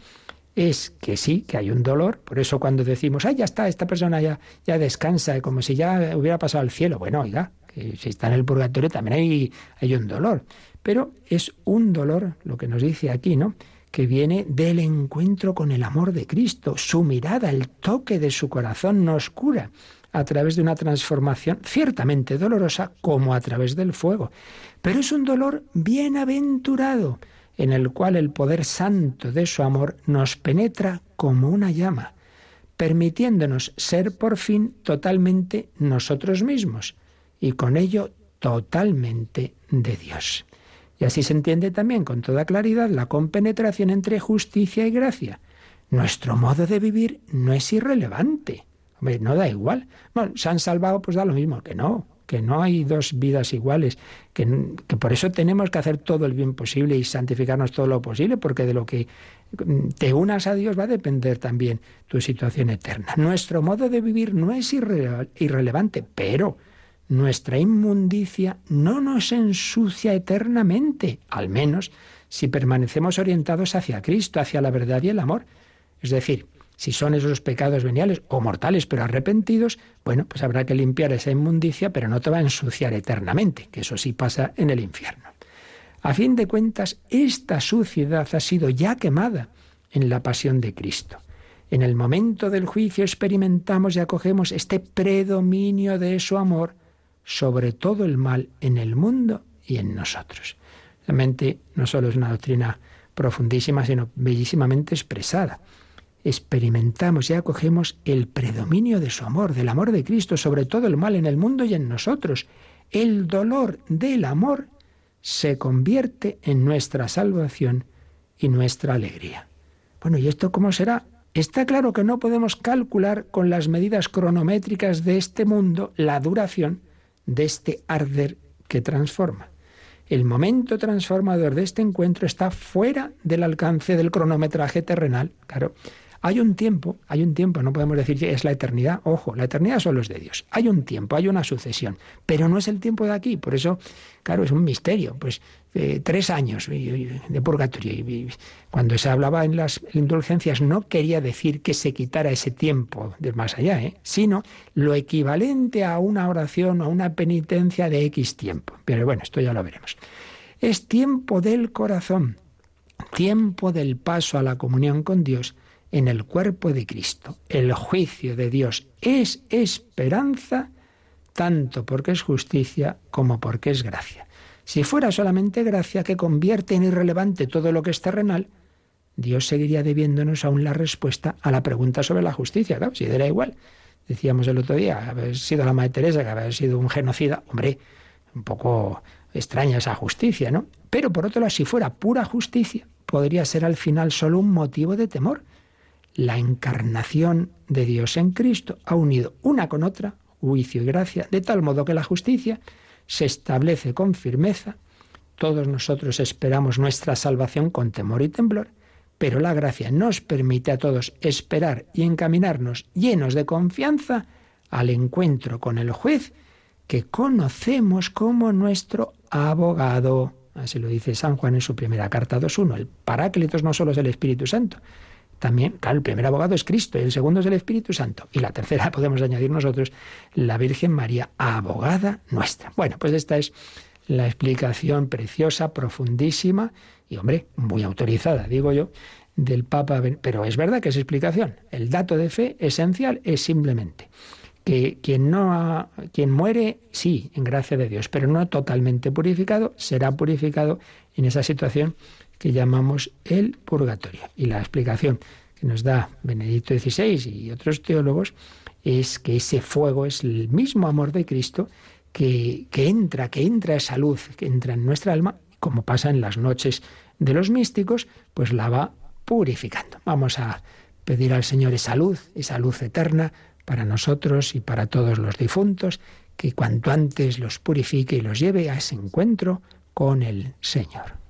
es que sí, que hay un dolor. Por eso cuando decimos: ay, ya está, esta persona ya descansa, como si ya hubiera pasado al cielo. Bueno, oiga, que si está en el purgatorio también hay un dolor. Pero es un dolor, lo que nos dice aquí, ¿no?, que viene del encuentro con el amor de Cristo. Su mirada, el toque de su corazón nos cura a través de una transformación ciertamente dolorosa, como a través del fuego. Pero es un dolor bienaventurado, en el cual el poder santo de su amor nos penetra como una llama, permitiéndonos ser por fin totalmente nosotros mismos y con ello totalmente de Dios. Y así se entiende también con toda claridad la compenetración entre justicia y gracia. Nuestro modo de vivir no es irrelevante. Hombre, no da igual. Bueno, se han salvado, pues da lo mismo, que no hay dos vidas iguales, que por eso tenemos que hacer todo el bien posible y santificarnos todo lo posible, porque de lo que te unas a Dios va a depender también tu situación eterna. Nuestro modo de vivir no es irrelevante, pero nuestra inmundicia no nos ensucia eternamente, al menos si permanecemos orientados hacia Cristo, hacia la verdad y el amor. Es decir, si son esos pecados veniales o mortales pero arrepentidos, bueno, pues habrá que limpiar esa inmundicia, pero no te va a ensuciar eternamente, que eso sí pasa en el infierno. A fin de cuentas, esta suciedad ha sido ya quemada en la pasión de Cristo. En el momento del juicio experimentamos y acogemos este predominio de su amor sobre todo el mal en el mundo y en nosotros. Realmente no solo es una doctrina profundísima, sino bellísimamente expresada. Experimentamos y acogemos el predominio de su amor, del amor de Cristo, sobre todo el mal en el mundo y en nosotros. El dolor del amor se convierte en nuestra salvación y nuestra alegría. Bueno, ¿y esto cómo será? Está claro que no podemos calcular con las medidas cronométricas de este mundo la duración de este arder que transforma. El momento transformador de este encuentro está fuera del alcance del cronometraje terrenal. Claro, hay un tiempo, no podemos decir que es la eternidad. Ojo, la eternidad solo es de Dios. Hay un tiempo, hay una sucesión, pero no es el tiempo de aquí. Por eso, claro, es un misterio. Pues 3 años de purgatorio. Y cuando se hablaba en las indulgencias no quería decir que se quitara ese tiempo del más allá, sino lo equivalente a una oración o a una penitencia de X tiempo. Pero bueno, esto ya lo veremos. Es tiempo del corazón, tiempo del paso a la comunión con Dios en el cuerpo de Cristo. El juicio de Dios es esperanza, tanto porque es justicia como porque es gracia. Si fuera solamente gracia que convierte en irrelevante todo lo que es terrenal, Dios seguiría debiéndonos aún la respuesta a la pregunta sobre la justicia. Claro, si era igual. Decíamos el otro día, haber sido la Madre Teresa, que haber sido un genocida, hombre, un poco extraña esa justicia, ¿no? Pero por otro lado, si fuera pura justicia, podría ser al final solo un motivo de temor. La encarnación de Dios en Cristo ha unido una con otra, juicio y gracia, de tal modo que la justicia se establece con firmeza. Todos nosotros esperamos nuestra salvación con temor y temblor, pero la gracia nos permite a todos esperar y encaminarnos llenos de confianza al encuentro con el juez que conocemos como nuestro abogado. Así lo dice San Juan en su primera carta 2.1. El Paráclitos no solo es el Espíritu Santo. También, claro, el primer abogado es Cristo y el segundo es el Espíritu Santo. Y la tercera podemos añadir nosotros, la Virgen María, abogada nuestra. Bueno, pues esta es la explicación preciosa, profundísima y, hombre, muy autorizada, digo yo, del Papa. Pero es verdad que es explicación. El dato de fe esencial es simplemente que quien muere, sí, en gracia de Dios, pero no totalmente purificado, será purificado en esa situación que llamamos el purgatorio. Y la explicación que nos da Benedicto XVI y otros teólogos es que ese fuego es el mismo amor de Cristo que entra esa luz, que entra en nuestra alma, como pasa en las noches de los místicos, pues la va purificando. Vamos a pedir al Señor esa luz eterna para nosotros y para todos los difuntos, que cuanto antes los purifique y los lleve a ese encuentro con el Señor.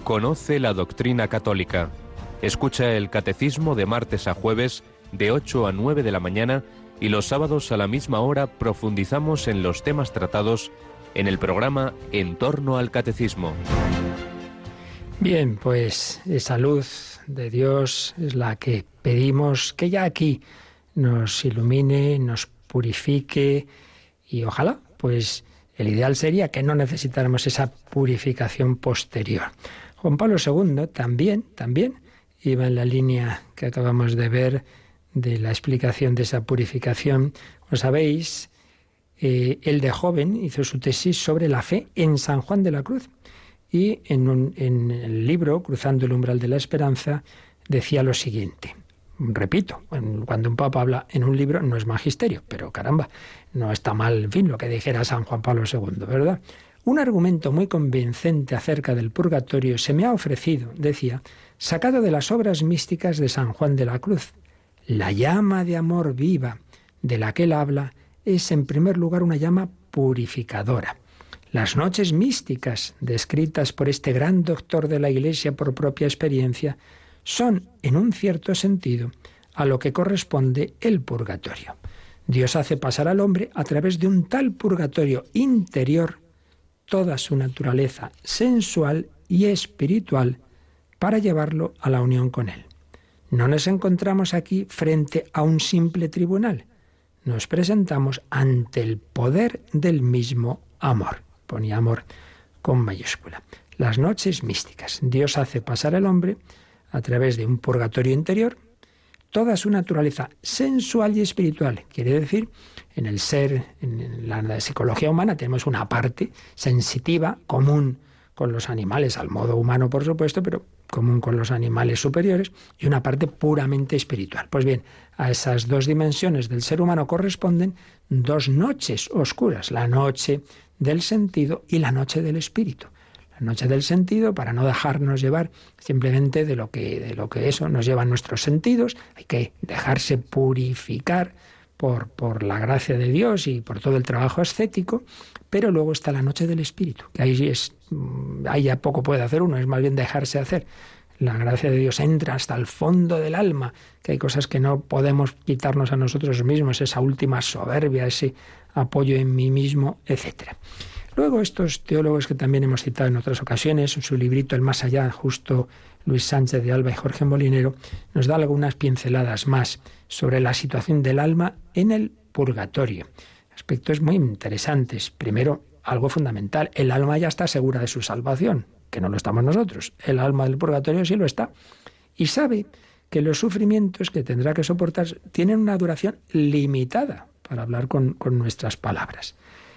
Conoce la doctrina católica. Escucha el catecismo de martes a jueves de 8 a 9 de la mañana y los sábados a la misma hora profundizamos en los temas tratados en el programa En torno al catecismo. Bien, pues esa luz de Dios es la que pedimos que ya aquí nos ilumine, nos purifique y ojalá, pues el ideal sería que no necesitáramos esa purificación posterior. Juan Pablo II también iba en la línea que acabamos de ver de la explicación de esa purificación. Como sabéis, él de joven hizo su tesis sobre la fe en San Juan de la Cruz y en el libro Cruzando el umbral de la esperanza decía lo siguiente. Repito, cuando un papa habla en un libro no es magisterio, pero caramba, no está mal, en fin, lo que dijera San Juan Pablo II, ¿verdad? Un argumento muy convincente acerca del purgatorio se me ha ofrecido, decía, sacado de las obras místicas de San Juan de la Cruz. La llama de amor viva de la que él habla es, en primer lugar, una llama purificadora. Las noches místicas, descritas por este gran doctor de la Iglesia por propia experiencia, son, en un cierto sentido, a lo que corresponde el purgatorio. Dios hace pasar al hombre a través de un tal purgatorio interior toda su naturaleza sensual y espiritual para llevarlo a la unión con Él. No nos encontramos aquí frente a un simple tribunal. Nos presentamos ante el poder del mismo amor. Ponía amor con mayúscula. Las noches místicas. Dios hace pasar al hombre a través de un purgatorio interior toda su naturaleza sensual y espiritual. Quiere decir, en el ser, en la psicología humana tenemos una parte sensitiva, común con los animales, al modo humano por supuesto, pero común con los animales superiores, y una parte puramente espiritual. Pues bien, a esas dos dimensiones del ser humano corresponden dos noches oscuras, la noche del sentido y la noche del espíritu. La noche del sentido, para no dejarnos llevar simplemente de lo que eso nos lleva a nuestros sentidos, hay que dejarse purificar por la gracia de Dios y por todo el trabajo ascético, pero luego está la noche del espíritu, que ahí ya poco puede hacer uno, es más bien dejarse hacer. La gracia de Dios entra hasta el fondo del alma, que hay cosas que no podemos quitarnos a nosotros mismos, esa última soberbia, ese apoyo en mí mismo, etcétera. Luego estos teólogos que también hemos citado en otras ocasiones, en su librito El Más Allá, justo Luis Sánchez de Alba y Jorge Molinero, nos da algunas pinceladas más sobre la situación del alma en el purgatorio. Aspectos muy interesantes. Primero, algo fundamental, el alma ya está segura de su salvación, que no lo estamos nosotros. El alma del purgatorio sí lo está. Y sabe que los sufrimientos que tendrá que soportar tienen una duración limitada, para hablar con nuestras palabras.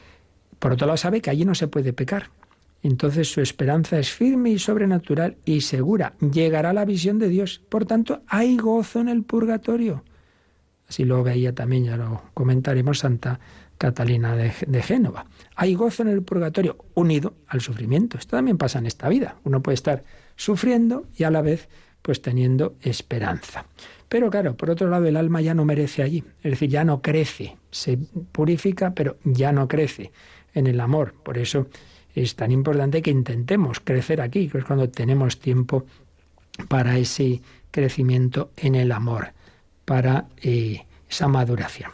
Por otro lado, sabe que allí no se puede pecar. Entonces su esperanza es firme y sobrenatural y segura. Llegará la visión de Dios. Por tanto, hay gozo en el purgatorio. Así lo veía también, ya lo comentaremos, Santa Catalina de Génova. Hay gozo en el purgatorio unido al sufrimiento. Esto también pasa en esta vida. Uno puede estar sufriendo y a la vez pues teniendo esperanza. Pero claro, por otro lado, el alma ya no merece allí. Es decir, ya no crece. Se purifica, pero ya no crece en el amor. Por eso es tan importante que intentemos crecer aquí, que es cuando tenemos tiempo para ese crecimiento en el amor, para esa maduración.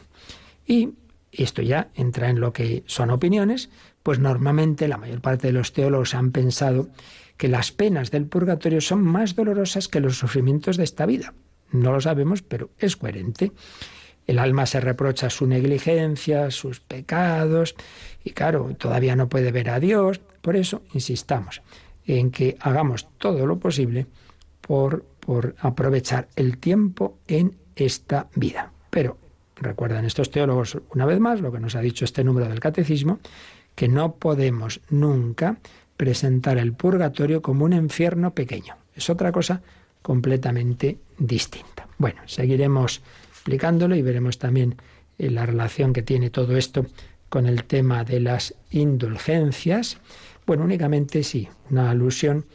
Y esto ya entra en lo que son opiniones, pues normalmente la mayor parte de los teólogos han pensado que las penas del purgatorio son más dolorosas que los sufrimientos de esta vida. No lo sabemos, pero es coherente. El alma se reprocha su negligencia, sus pecados, y claro, todavía no puede ver a Dios. Por eso insistamos en que hagamos todo lo posible por aprovechar el tiempo en esta vida. Pero recuerdan estos teólogos, una vez más, lo que nos ha dicho este número del Catecismo, que no podemos nunca presentar el purgatorio como un infierno pequeño. Es otra cosa completamente distinta. Bueno, seguiremos explicándolo y veremos también la relación que tiene todo esto con el tema de las indulgencias. Bueno, únicamente sí, una alusión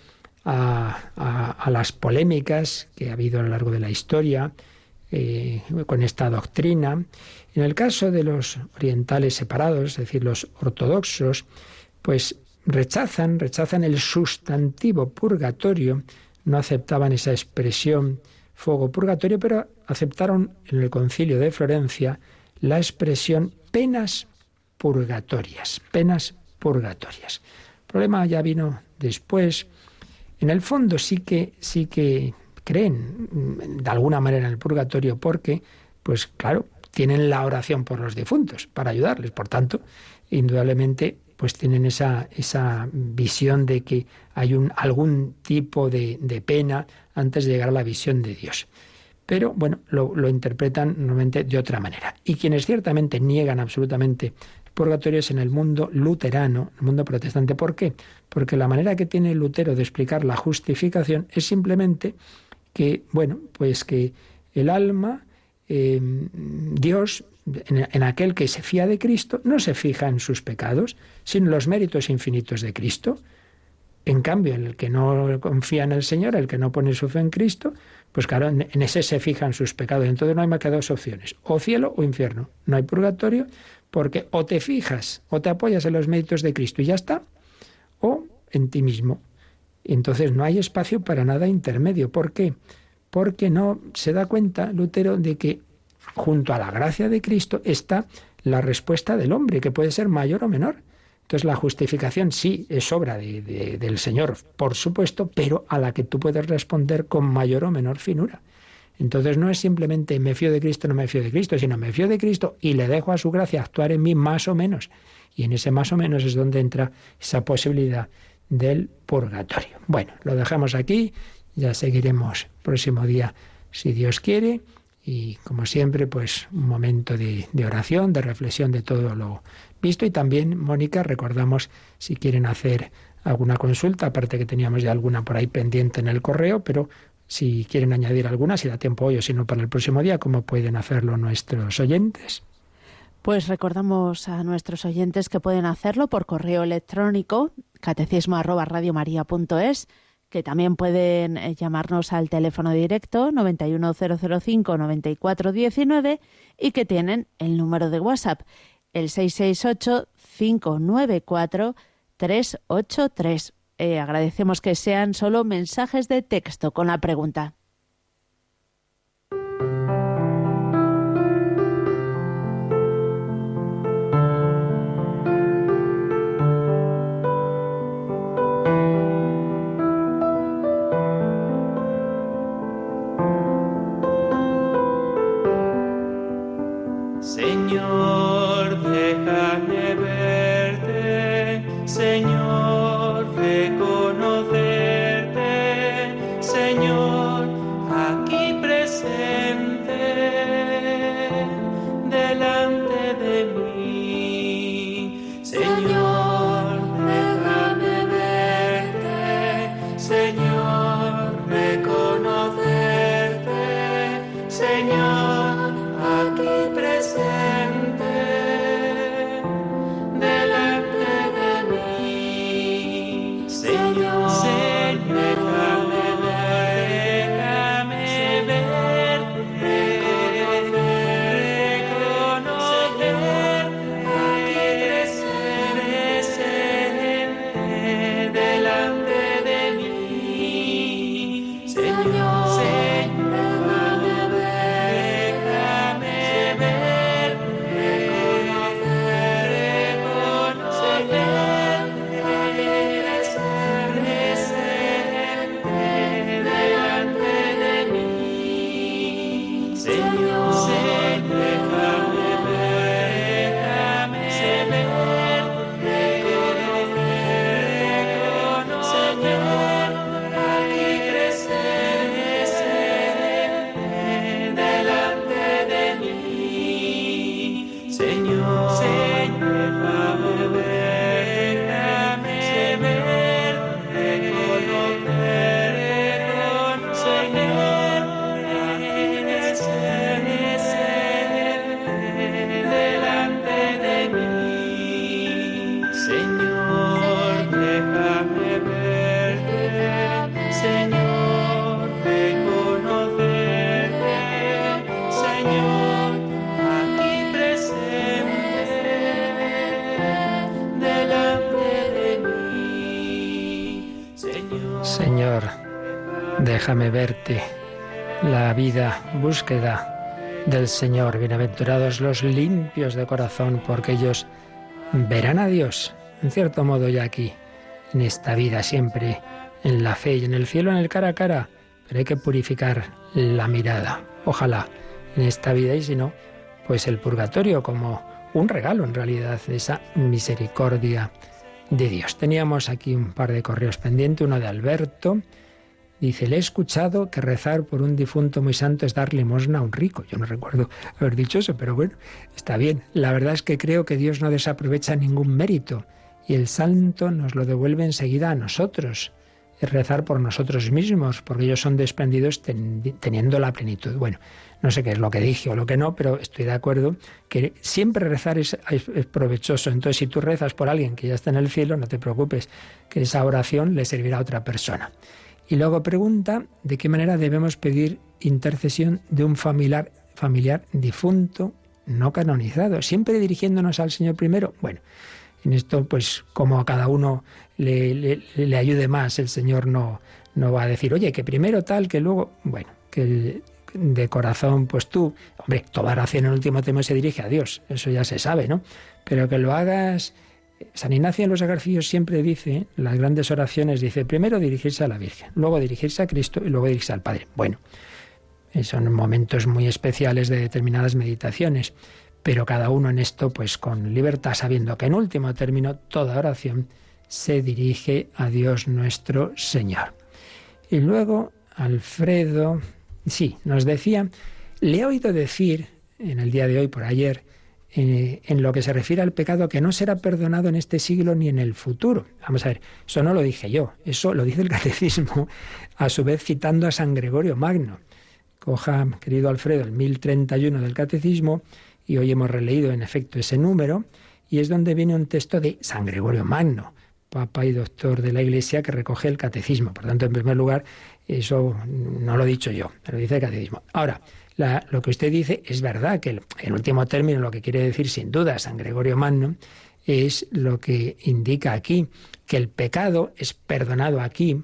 a las polémicas que ha habido a lo largo de la historia con esta doctrina. En el caso de los orientales separados, es decir, los ortodoxos, pues rechazan el sustantivo purgatorio, no aceptaban esa expresión fuego purgatorio, pero aceptaron en el Concilio de Florencia la expresión penas purgatorias, penas purgatorias. El problema ya vino después. En el fondo sí que creen de alguna manera en el purgatorio porque, pues claro, tienen la oración por los difuntos para ayudarles. Por tanto, indudablemente, pues tienen esa visión de que hay algún tipo de pena antes de llegar a la visión de Dios. Pero, bueno, lo interpretan normalmente de otra manera. Y quienes ciertamente niegan absolutamente el purgatorio es en el mundo luterano, el mundo protestante. ¿Por qué? Porque la manera que tiene Lutero de explicar la justificación es simplemente que, bueno, pues que el alma, Dios, en aquel que se fía de Cristo, no se fija en sus pecados, sino en los méritos infinitos de Cristo. En cambio, el que no confía en el Señor, el que no pone su fe en Cristo, pues claro, en ese se fijan sus pecados. Entonces no hay más que dos opciones, o cielo o infierno. No hay purgatorio porque o te fijas o te apoyas en los méritos de Cristo y ya está, o en ti mismo. Entonces no hay espacio para nada intermedio. ¿Por qué? Porque no se da cuenta Lutero de que junto a la gracia de Cristo está la respuesta del hombre, que puede ser mayor o menor. Entonces la justificación sí es obra del Señor, por supuesto, pero a la que tú puedes responder con mayor o menor finura. Entonces no es simplemente me fío de Cristo, no me fío de Cristo, sino me fío de Cristo y le dejo a su gracia actuar en mí más o menos. Y en ese más o menos es donde entra esa posibilidad del purgatorio. Bueno, lo dejamos aquí, ya seguiremos próximo día si Dios quiere. Y como siempre, pues un momento de oración, de reflexión de todo lo visto. Y también, Mónica, recordamos si quieren hacer alguna consulta, aparte que teníamos ya alguna por ahí pendiente en el correo, pero si quieren añadir alguna, si da tiempo hoy o si no para el próximo día, ¿cómo pueden hacerlo nuestros oyentes? Pues recordamos a nuestros oyentes que pueden hacerlo por correo electrónico, catecismo@radiomaria.es, que también pueden llamarnos al teléfono directo 91005-9419 y que tienen el número de WhatsApp, el 668-594-383. Agradecemos que sean solo mensajes de texto con la pregunta. Señor, déjame verte, Señor, reconocerte, Señor, Déjame verte. La vida, búsqueda del Señor. Bienaventurados los limpios de corazón, porque ellos verán a Dios, en cierto modo ya aquí, en esta vida, siempre en la fe y en el cielo, en el cara a cara. Pero hay que purificar la mirada. Ojalá en esta vida, y si no, pues el purgatorio como un regalo en realidad de esa misericordia de Dios. Teníamos aquí un par de correos pendientes, uno de Alberto. Dice, le he escuchado que rezar por un difunto muy santo es dar limosna a un rico. Yo no recuerdo haber dicho eso, pero bueno, está bien. La verdad es que creo que Dios no desaprovecha ningún mérito y el santo nos lo devuelve enseguida a nosotros. Es rezar por nosotros mismos, porque ellos son desprendidos teniendo la plenitud. Bueno, no sé qué es lo que dije o lo que no, pero estoy de acuerdo que siempre rezar es provechoso. Entonces, si tú rezas por alguien que ya está en el cielo, no te preocupes, que esa oración le servirá a otra persona. Y luego pregunta de qué manera debemos pedir intercesión de un familiar difunto no canonizado, siempre dirigiéndonos al Señor primero. Bueno, en esto pues como a cada uno le ayude más, el Señor no va a decir, oye, que primero tal, que luego... Bueno, que de corazón, pues tú, hombre, toda oración en último término se dirige a Dios, eso ya se sabe, ¿no? Pero que lo hagas... San Ignacio de los Agarcillos siempre dice, en las grandes oraciones, dice, primero dirigirse a la Virgen, luego dirigirse a Cristo y luego dirigirse al Padre. Bueno, son momentos muy especiales de determinadas meditaciones, pero cada uno en esto, pues con libertad, sabiendo que en último término toda oración se dirige a Dios nuestro Señor. Y luego, Alfredo, sí, nos decía, le he oído decir, en el día de hoy, por ayer, en lo que se refiere al pecado que no será perdonado en este siglo ni en el futuro. Vamos a ver, eso no lo dije yo, eso lo dice el Catecismo, a su vez citando a San Gregorio Magno. Coja, querido Alfredo, el 1031 del Catecismo, y hoy hemos releído en efecto ese número, y es donde viene un texto de San Gregorio Magno, Papa y doctor de la Iglesia, que recoge el Catecismo. Por tanto, en primer lugar, eso no lo he dicho yo, lo dice el Catecismo. Ahora, lo que usted dice es verdad, que en último término lo que quiere decir sin duda San Gregorio Magno es lo que indica aquí, que el pecado es perdonado aquí,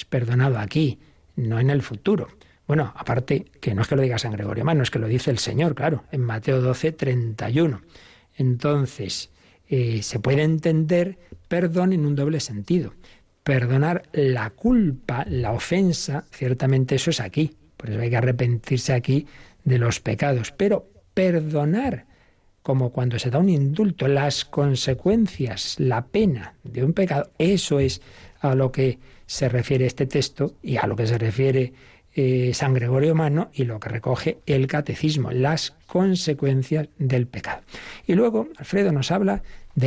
no en el futuro. Bueno, aparte, que no es que lo diga San Gregorio Magno, es que lo dice el Señor, claro, en Mateo 12, 31. Entonces, se puede entender perdón en un doble sentido. Perdonar la culpa, la ofensa, ciertamente eso es aquí. Por eso hay que arrepentirse aquí de los pecados. Pero perdonar, como cuando se da un indulto, las consecuencias, la pena de un pecado, eso es a lo que se refiere este texto y a lo que se refiere San Gregorio Magno y lo que recoge el Catecismo, las consecuencias del pecado. Y luego, Alfredo nos habla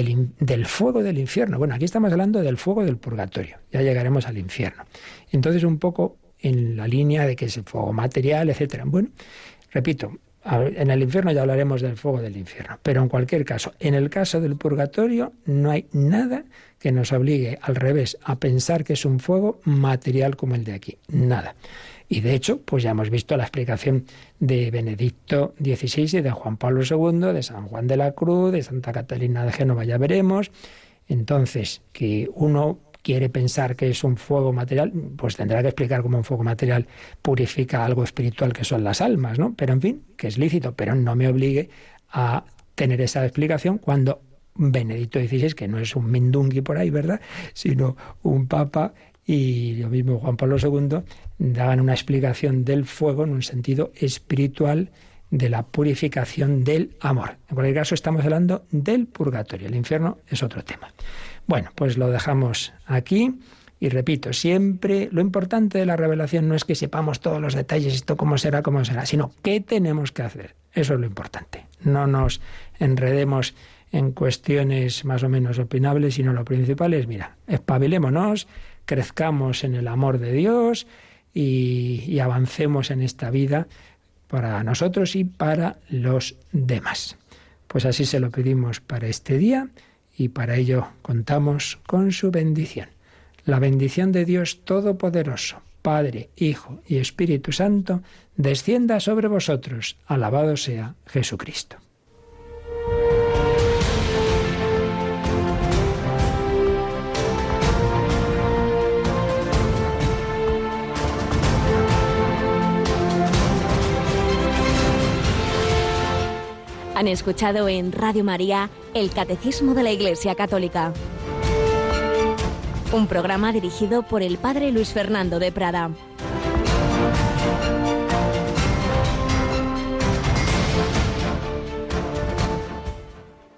del fuego del infierno. Bueno, aquí estamos hablando del fuego del purgatorio, ya llegaremos al infierno. Entonces, un poco en la línea de que es el fuego material, etcétera. Bueno, repito, en el infierno ya hablaremos del fuego del infierno, pero en cualquier caso, en el caso del purgatorio no hay nada que nos obligue, al revés, a pensar que es un fuego material como el de aquí, nada. Y de hecho, pues ya hemos visto la explicación de Benedicto XVI y de Juan Pablo II, de San Juan de la Cruz, de Santa Catalina de Génova, ya veremos. Entonces, que uno quiere pensar que es un fuego material, pues tendrá que explicar cómo un fuego material purifica algo espiritual que son las almas, ¿no? Pero en fin, que es lícito, pero no me obligue a tener esa explicación cuando Benedicto XVI, que no es un mindungui por ahí, ¿verdad?, sino un papa, y lo mismo Juan Pablo II, daban una explicación del fuego en un sentido espiritual, de la purificación del amor. En cualquier caso, estamos hablando del purgatorio. El infierno es otro tema. Bueno, pues lo dejamos aquí. Y repito, siempre lo importante de la revelación no es que sepamos todos los detalles, esto cómo será, sino qué tenemos que hacer. Eso es lo importante. No nos enredemos en cuestiones más o menos opinables, sino lo principal es, mira, espabilémonos, crezcamos en el amor de Dios y avancemos en esta vida para nosotros y para los demás. Pues así se lo pedimos para este día y para ello contamos con su bendición. La bendición de Dios Todopoderoso, Padre, Hijo y Espíritu Santo, descienda sobre vosotros. Alabado sea Jesucristo. Han escuchado en Radio María el Catecismo de la Iglesia Católica. Un programa dirigido por el Padre Luis Fernando de Prada.